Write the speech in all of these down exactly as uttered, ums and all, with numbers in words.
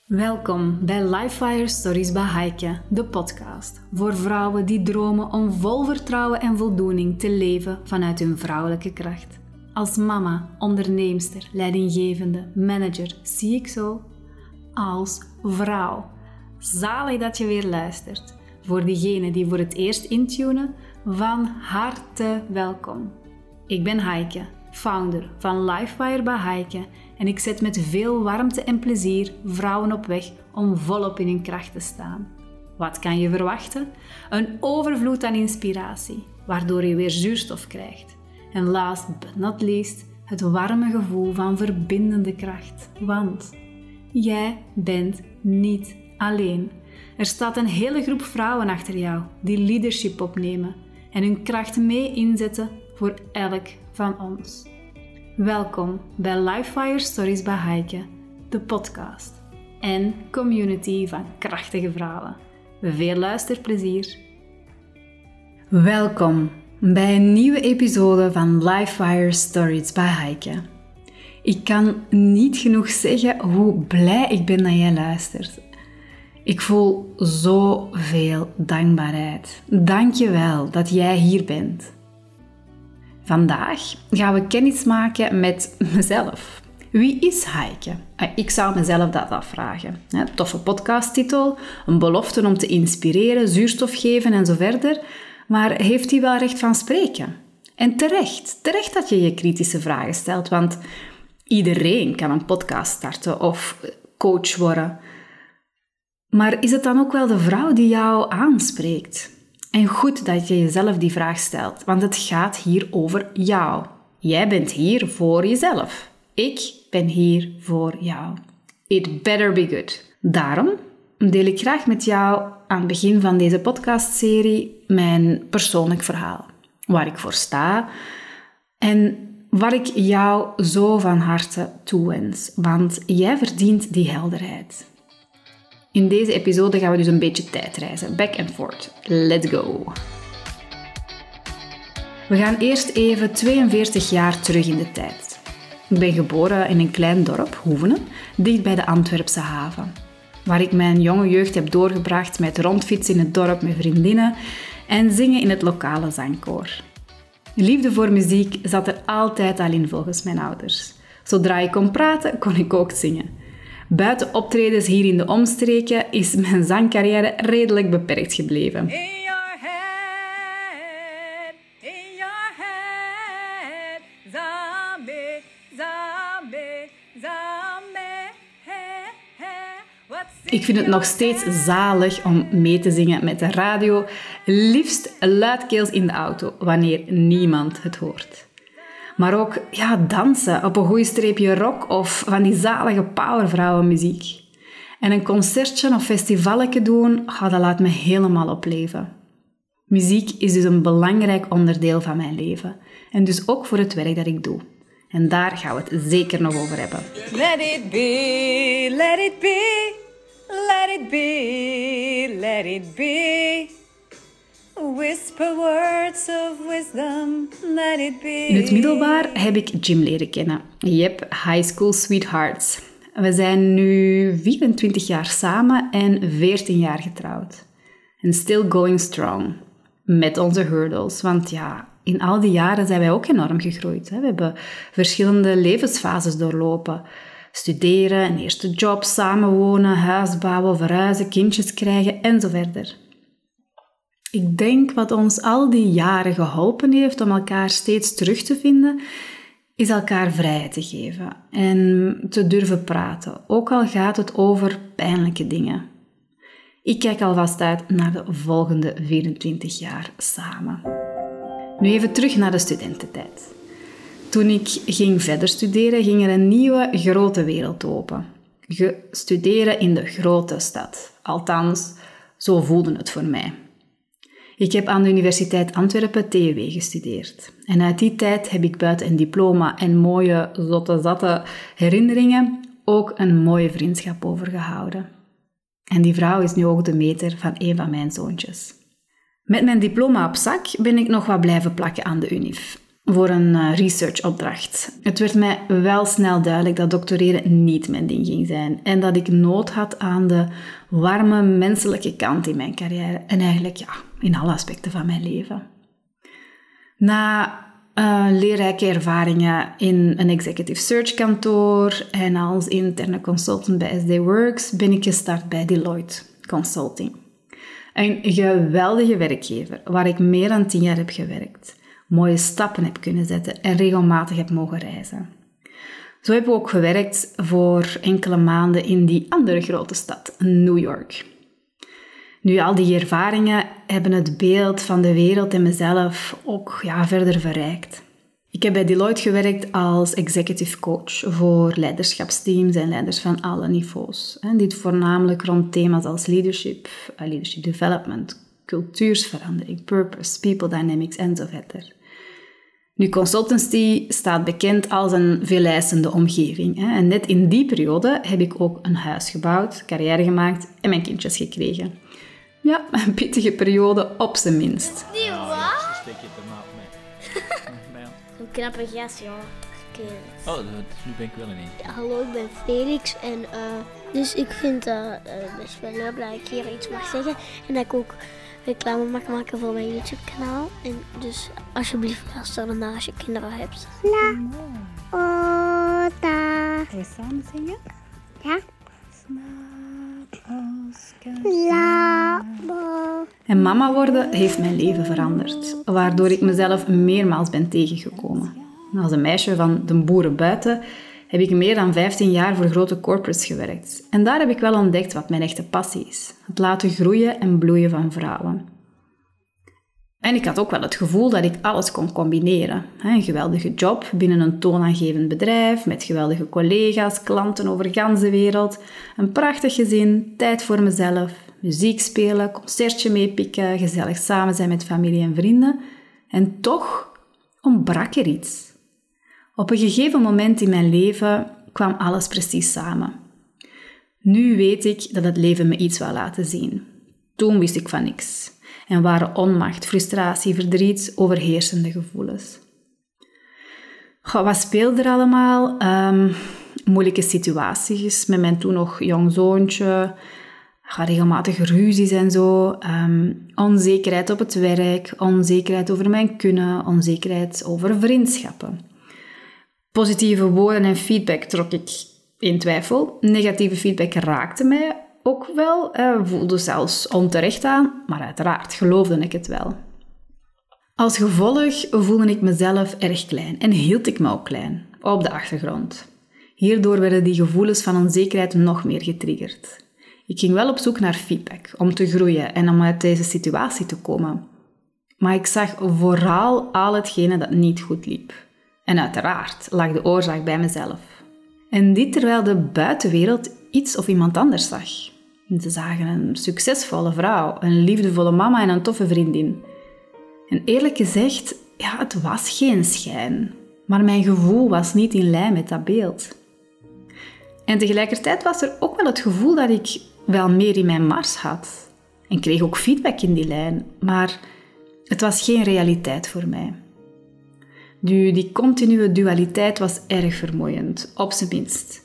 Welkom bij Livefire Stories bij Heike, de podcast voor vrouwen die dromen om vol vertrouwen en voldoening te leven vanuit hun vrouwelijke kracht. Als mama, onderneemster, leidinggevende, manager zie ik zo. Als vrouw. Zalig dat je weer luistert. Voor diegenen die voor het eerst intunen, van harte welkom. Ik ben Heike, founder van Livefire bij Heike en ik zet met veel warmte en plezier vrouwen op weg om volop in hun kracht te staan. Wat kan je verwachten? Een overvloed aan inspiratie, waardoor je weer zuurstof krijgt. En last but not least, het warme gevoel van verbindende kracht. Want jij bent niet alleen. Er staat een hele groep vrouwen achter jou die leadership opnemen en hun kracht mee inzetten voor elk van ons. Welkom bij Livefire Stories bij Heike, de podcast en community van krachtige vrouwen. Veel luisterplezier! Welkom bij een nieuwe episode van Livefire Stories bij Heike. Ik kan niet genoeg zeggen hoe blij ik ben dat jij luistert. Ik voel zoveel dankbaarheid. Dank je wel dat jij hier bent. Vandaag gaan we kennis maken met mezelf. Wie is Heike? Ik zou mezelf dat afvragen. Toffe podcasttitel, een belofte om te inspireren, zuurstof geven en zo verder. Maar heeft hij wel recht van spreken? En terecht, terecht dat je je kritische vragen stelt, want iedereen kan een podcast starten of coach worden. Maar is het dan ook wel de vrouw die jou aanspreekt? En goed dat je jezelf die vraag stelt, want het gaat hier over jou. Jij bent hier voor jezelf. Ik ben hier voor jou. It better be good. Daarom deel ik graag met jou aan het begin van deze podcastserie mijn persoonlijk verhaal. Waar ik voor sta en waar ik jou zo van harte toewens. Want jij verdient die helderheid. In deze episode gaan we dus een beetje tijdreizen. Back and forth. Let's go! We gaan eerst even tweeënveertig jaar terug in de tijd. Ik ben geboren in een klein dorp, Hoevenen, dicht bij de Antwerpse haven. Waar ik mijn jonge jeugd heb doorgebracht met rondfietsen in het dorp met vriendinnen en zingen in het lokale zangkoor. Liefde voor muziek zat er altijd al in volgens mijn ouders. Zodra ik kon praten, kon ik ook zingen. Buiten optredens hier in de omstreken is mijn zangcarrière redelijk beperkt gebleven. In your head, in your head, zombie, zombie, zombie, hey, hey. Ik vind het nog steeds zalig om mee te zingen met de radio, liefst luidkeels in de auto, wanneer niemand het hoort. Maar ook ja, dansen op een goeie streepje rock of van die zalige powervrouwenmuziek. En een concertje of festivalletje doen, oh, dat laat me helemaal opleven. Muziek is dus een belangrijk onderdeel van mijn leven. En dus ook voor het werk dat ik doe. En daar gaan we het zeker nog over hebben. Let it be, let it be, let it be, let it be. Whisper words of wisdom, let it be. In het middelbaar heb ik Jim leren kennen. Yep, high school sweethearts. We zijn nu vierentwintig jaar samen en veertien jaar getrouwd. En still going strong. Met onze hurdles. Want ja, in al die jaren zijn wij ook enorm gegroeid. We hebben verschillende levensfases doorlopen. Studeren, een eerste job, samenwonen, huis bouwen, verhuizen, kindjes krijgen en zo verder. Ik denk wat ons al die jaren geholpen heeft om elkaar steeds terug te vinden, is elkaar vrijheid te geven en te durven praten, ook al gaat het over pijnlijke dingen. Ik kijk alvast uit naar de volgende vierentwintig jaar samen. Nu even terug naar de studententijd. Toen ik ging verder studeren, ging er een nieuwe grote wereld open. Ge- studeren in de grote stad. Althans, zo voelde het voor mij. Ik heb aan de Universiteit Antwerpen T U W gestudeerd. En uit die tijd heb ik buiten een diploma en mooie, zotte, zatte herinneringen ook een mooie vriendschap overgehouden. En die vrouw is nu ook de meter van een van mijn zoontjes. Met mijn diploma op zak ben ik nog wat blijven plakken aan de U N I F. voor een uh, researchopdracht. Het werd mij wel snel duidelijk dat doctoreren niet mijn ding ging zijn en dat ik nood had aan de warme menselijke kant in mijn carrière en eigenlijk ja, in alle aspecten van mijn leven. Na uh, leerrijke ervaringen in een executive search kantoor en als interne consultant bij S D Works ben ik gestart bij Deloitte Consulting. Een geweldige werkgever waar ik meer dan tien jaar heb gewerkt, mooie stappen heb kunnen zetten en regelmatig heb mogen reizen. Zo heb ik ook gewerkt voor enkele maanden in die andere grote stad, New York. Nu, al die ervaringen hebben het beeld van de wereld en mezelf ook ja, verder verrijkt. Ik heb bij Deloitte gewerkt als executive coach voor leiderschapsteams en leiders van alle niveaus. En dit voornamelijk rond thema's als leadership, leadership development, cultuursverandering, purpose, people dynamics en zo verder. Nu, consultancy staat bekend als een veeleisende omgeving. Hè? En net in die periode heb ik ook een huis gebouwd, carrière gemaakt en mijn kindjes gekregen. Ja, een pittige periode op zijn minst. Die wat? Steek je de maat mee. Een knappe gast, ja. Oh, nu ben ik wel ineens. Ja, hallo, ik ben Felix en uh, dus ik vind het uh, best wel leuk dat ik hier iets mag zeggen en dat ik ook reclame mag maken voor mijn YouTube-kanaal. En dus alsjeblieft luister dan naar als je kinderen hebt. La, o, da. Wil je samen zingen? Ja. La, bo. En mama worden heeft mijn leven veranderd, waardoor ik mezelf meermaals ben tegengekomen. Als een meisje van de boeren buiten heb ik meer dan vijftien jaar voor grote corporates gewerkt. En daar heb ik wel ontdekt wat mijn echte passie is. Het laten groeien en bloeien van vrouwen. En ik had ook wel het gevoel dat ik alles kon combineren. Een geweldige job binnen een toonaangevend bedrijf, met geweldige collega's, klanten over de ganse wereld, een prachtig gezin, tijd voor mezelf, muziek spelen, concertje meepikken, gezellig samen zijn met familie en vrienden. En toch ontbrak er iets. Op een gegeven moment in mijn leven kwam alles precies samen. Nu weet ik dat het leven me iets wil laten zien. Toen wist ik van niks. En waren onmacht, frustratie, verdriet overheersende gevoelens. Goh, wat speelde er allemaal? Um, moeilijke situaties met mijn toen nog jong zoontje. Goh, regelmatig ruzies en zo. Um, onzekerheid op het werk. Onzekerheid over mijn kunnen. Onzekerheid over vriendschappen. Positieve woorden en feedback trok ik in twijfel. Negatieve feedback raakte mij ook wel. Eh, voelde zelfs onterecht aan, maar uiteraard geloofde ik het wel. Als gevolg voelde ik mezelf erg klein en hield ik me ook klein, op de achtergrond. Hierdoor werden die gevoelens van onzekerheid nog meer getriggerd. Ik ging wel op zoek naar feedback om te groeien en om uit deze situatie te komen. Maar ik zag vooral al hetgene dat niet goed liep. En uiteraard lag de oorzaak bij mezelf. En dit terwijl de buitenwereld iets of iemand anders zag. Ze zagen een succesvolle vrouw, een liefdevolle mama en een toffe vriendin. En eerlijk gezegd, ja, het was geen schijn. Maar mijn gevoel was niet in lijn met dat beeld. En tegelijkertijd was er ook wel het gevoel dat ik wel meer in mijn mars had. En kreeg ook feedback in die lijn. Maar het was geen realiteit voor mij. Nu, die continue dualiteit was erg vermoeiend, op zijn minst.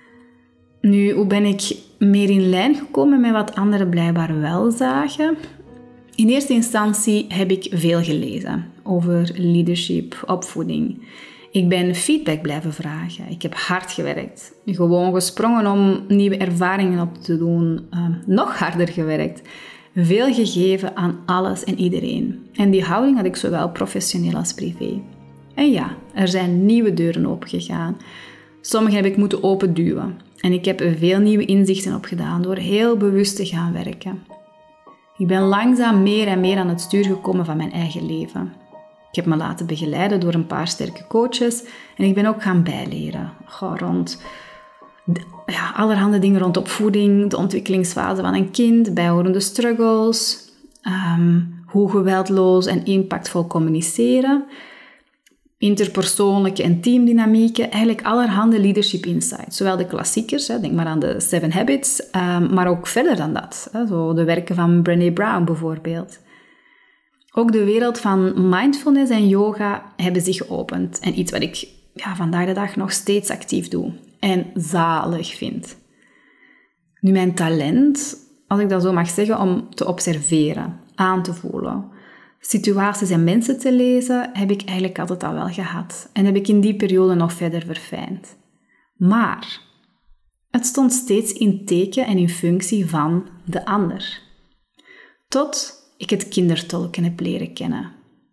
Nu, hoe ben ik meer in lijn gekomen met wat anderen blijkbaar wel zagen? In eerste instantie heb ik veel gelezen over leadership, opvoeding. Ik ben feedback blijven vragen. Ik heb hard gewerkt. Gewoon gesprongen om nieuwe ervaringen op te doen. Uh, nog harder gewerkt. Veel gegeven aan alles en iedereen. En die houding had ik zowel professioneel als privé. En ja, er zijn nieuwe deuren opengegaan. Sommige heb ik moeten openduwen. En ik heb er veel nieuwe inzichten opgedaan door heel bewust te gaan werken. Ik ben langzaam meer en meer aan het stuur gekomen van mijn eigen leven. Ik heb me laten begeleiden door een paar sterke coaches en ik ben ook gaan bijleren. Goh, rond de, ja, allerhande dingen rond opvoeding, de ontwikkelingsfase van een kind, bijhorende struggles, um, hoe geweldloos en impactvol communiceren, interpersoonlijke en teamdynamieken, eigenlijk allerhande leadership insights. Zowel de klassiekers, hè, denk maar aan de Seven Habits, um, maar ook verder dan dat. Hè, zo de werken van Brené Brown bijvoorbeeld. Ook de wereld van mindfulness en yoga hebben zich geopend. En iets wat ik ja, vandaag de dag nog steeds actief doe. En zalig vind. Nu, mijn talent, als ik dat zo mag zeggen, om te observeren, aan te voelen, situaties en mensen te lezen, heb ik eigenlijk altijd al wel gehad. En heb ik in die periode nog verder verfijnd. Maar het stond steeds in teken en in functie van de ander. Tot ik het kindertolken heb leren kennen.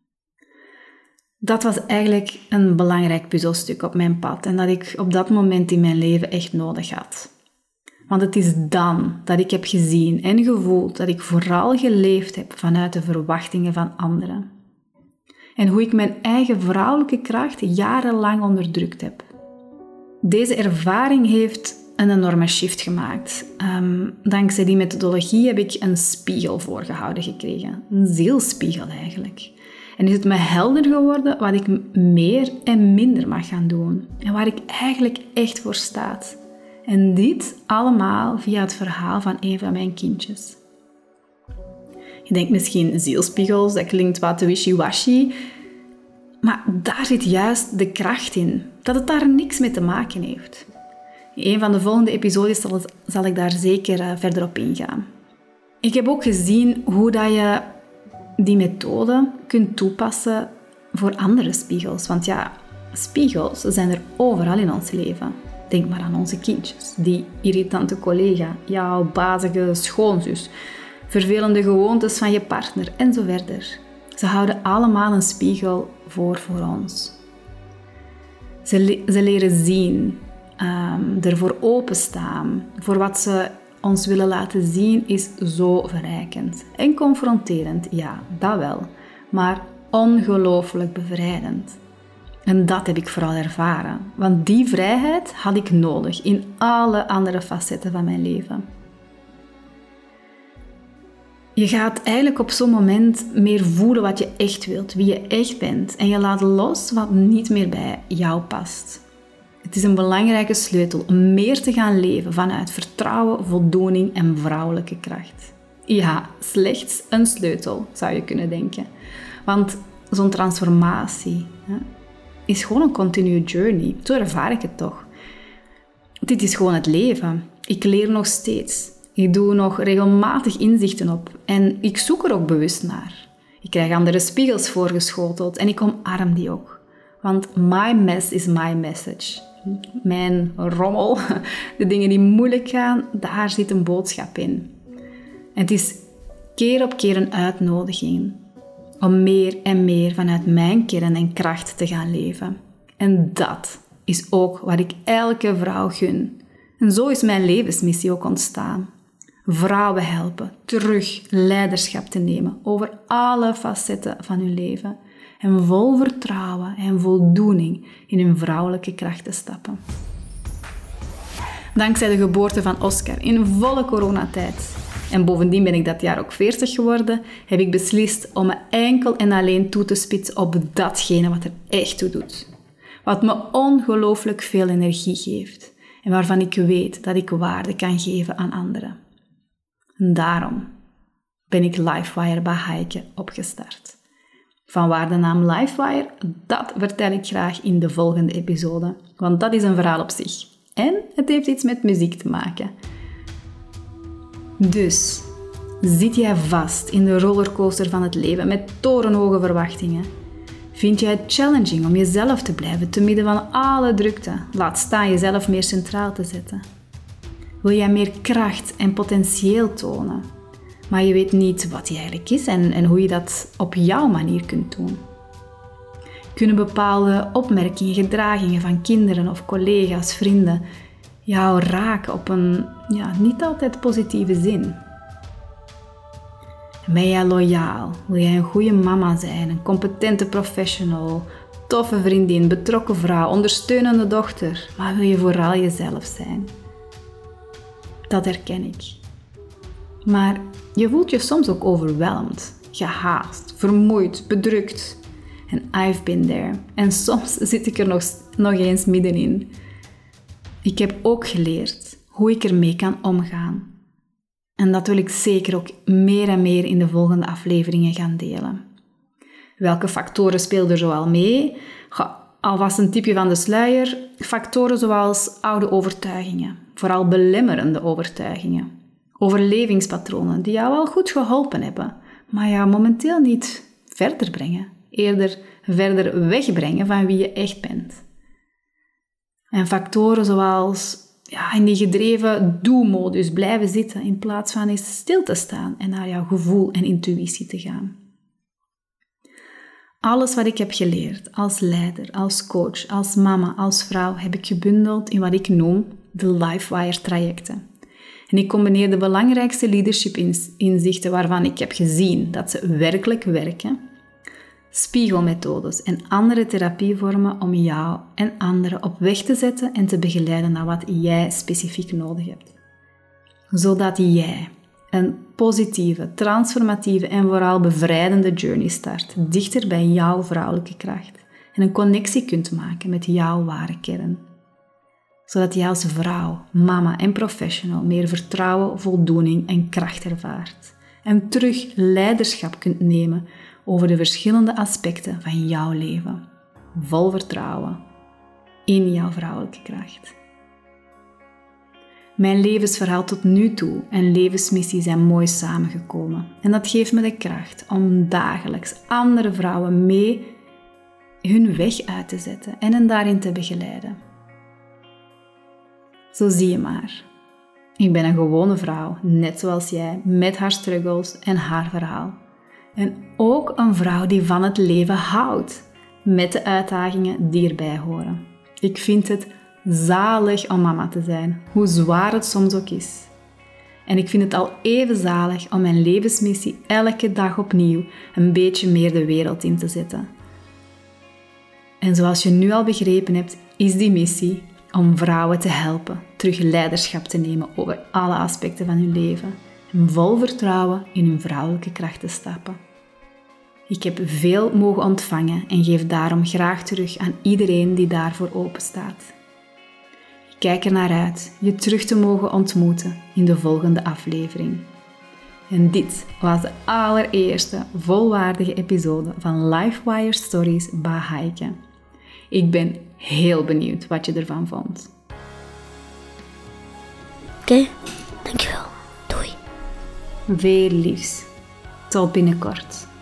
Dat was eigenlijk een belangrijk puzzelstuk op mijn pad en dat ik op dat moment in mijn leven echt nodig had. Want het is dan dat ik heb gezien en gevoeld dat ik vooral geleefd heb vanuit de verwachtingen van anderen. En hoe ik mijn eigen vrouwelijke kracht jarenlang onderdrukt heb. Deze ervaring heeft een enorme shift gemaakt. Um, dankzij die methodologie heb ik een spiegel voorgehouden gekregen. Een zielspiegel eigenlijk. En is het me helder geworden wat ik meer en minder mag gaan doen. En waar ik eigenlijk echt voor sta. En dit allemaal via het verhaal van een van mijn kindjes. Je denkt misschien zielspiegels, dat klinkt wat wishy-washy. Maar daar zit juist de kracht in. Dat het daar niks mee te maken heeft. In een van de volgende episodes zal, het, zal ik daar zeker uh, verder op ingaan. Ik heb ook gezien hoe dat je die methode kunt toepassen voor andere spiegels. Want ja, spiegels zijn er overal in ons leven. Denk maar aan onze kindjes, die irritante collega, jouw bazige schoonzus, vervelende gewoontes van je partner en zo verder. Ze houden allemaal een spiegel voor voor ons. Ze, le- ze leren zien, um, ervoor openstaan. Voor wat ze ons willen laten zien is zo verrijkend. En confronterend, ja, dat wel. Maar ongelooflijk bevrijdend. En dat heb ik vooral ervaren. Want die vrijheid had ik nodig in alle andere facetten van mijn leven. Je gaat eigenlijk op zo'n moment meer voelen wat je echt wilt, wie je echt bent. En je laat los wat niet meer bij jou past. Het is een belangrijke sleutel om meer te gaan leven vanuit vertrouwen, voldoening en vrouwelijke kracht. Ja, slechts een sleutel, zou je kunnen denken. Want zo'n transformatie hè, is gewoon een continue journey. Zo ervaar ik het toch. Dit is gewoon het leven. Ik leer nog steeds. Ik doe nog regelmatig inzichten op. En ik zoek er ook bewust naar. Ik krijg andere spiegels voorgeschoteld en ik omarm die ook. Want my mess is my message. Mijn rommel, de dingen die moeilijk gaan, daar zit een boodschap in. En het is keer op keer een uitnodiging om meer en meer vanuit mijn kern en kracht te gaan leven. En dat is ook wat ik elke vrouw gun. En zo is mijn levensmissie ook ontstaan. Vrouwen helpen terug leiderschap te nemen over alle facetten van hun leven. En vol vertrouwen en voldoening in hun vrouwelijke kracht te stappen. Dankzij de geboorte van Oscar in volle coronatijd, en bovendien ben ik dat jaar ook veertig geworden, heb ik beslist om me enkel en alleen toe te spitsen op datgene wat er echt toe doet. Wat me ongelooflijk veel energie geeft en waarvan ik weet dat ik waarde kan geven aan anderen. En daarom ben ik Livewire bij Heike opgestart. Vanwaar de naam Livewire, dat vertel ik graag in de volgende episode, want dat is een verhaal op zich. En het heeft iets met muziek te maken. Dus, zit jij vast in de rollercoaster van het leven met torenhoge verwachtingen? Vind jij het challenging om jezelf te blijven te midden van alle drukte? Laat staan jezelf meer centraal te zetten. Wil jij meer kracht en potentieel tonen? Maar je weet niet wat die eigenlijk is en, en hoe je dat op jouw manier kunt doen. Kunnen bepaalde opmerkingen, gedragingen van kinderen of collega's, vrienden jou raken op een ja, niet altijd positieve zin? Ben jij loyaal? Wil jij een goede mama zijn, een competente professional, toffe vriendin, betrokken vrouw, ondersteunende dochter? Maar wil je vooral jezelf zijn? Dat herken ik. Maar je voelt je soms ook overweldigd, gehaast, vermoeid, bedrukt. En I've been there. En soms zit ik er nog, nog eens middenin. Ik heb ook geleerd hoe ik ermee kan omgaan. En dat wil ik zeker ook meer en meer in de volgende afleveringen gaan delen. Welke factoren speelden er zoal mee? Ga, alvast een tipje van de sluier. Factoren zoals oude overtuigingen, vooral belemmerende overtuigingen. Overlevingspatronen die jou wel goed geholpen hebben, maar jou momenteel niet verder brengen. Eerder verder wegbrengen van wie je echt bent. En factoren zoals ja, in die gedreven doe-modus blijven zitten in plaats van eens stil te staan en naar jouw gevoel en intuïtie te gaan. Alles wat ik heb geleerd als leider, als coach, als mama, als vrouw heb ik gebundeld in wat ik noem de LifeWire trajecten. En ik combineer de belangrijkste leadership inzichten waarvan ik heb gezien dat ze werkelijk werken, spiegelmethodes en andere therapievormen om jou en anderen op weg te zetten en te begeleiden naar wat jij specifiek nodig hebt. Zodat jij een positieve, transformatieve en vooral bevrijdende journey start, dichter bij jouw vrouwelijke kracht en een connectie kunt maken met jouw ware kern. Zodat jij als vrouw, mama en professional meer vertrouwen, voldoening en kracht ervaart en terug leiderschap kunt nemen over de verschillende aspecten van jouw leven. Vol vertrouwen in jouw vrouwelijke kracht. Mijn levensverhaal tot nu toe en levensmissie zijn mooi samengekomen. En dat geeft me de kracht om dagelijks andere vrouwen mee hun weg uit te zetten en hen daarin te begeleiden. Zo zie je maar. Ik ben een gewone vrouw, net zoals jij, met haar struggles en haar verhaal. En ook een vrouw die van het leven houdt, met de uitdagingen die erbij horen. Ik vind het zalig om mama te zijn, hoe zwaar het soms ook is. En ik vind het al even zalig om mijn levensmissie elke dag opnieuw een beetje meer de wereld in te zetten. En zoals je nu al begrepen hebt, is die missie om vrouwen te helpen terug leiderschap te nemen over alle aspecten van hun leven en vol vertrouwen in hun vrouwelijke kracht te stappen. Ik heb veel mogen ontvangen en geef daarom graag terug aan iedereen die daarvoor openstaat. Ik kijk er naar uit je terug te mogen ontmoeten in de volgende aflevering. En dit was de allereerste volwaardige episode van LifeWire Stories bij Heike. Ik ben heel benieuwd wat je ervan vond. Oké, okay, dankjewel. Doei. Veel liefs. Tot binnenkort.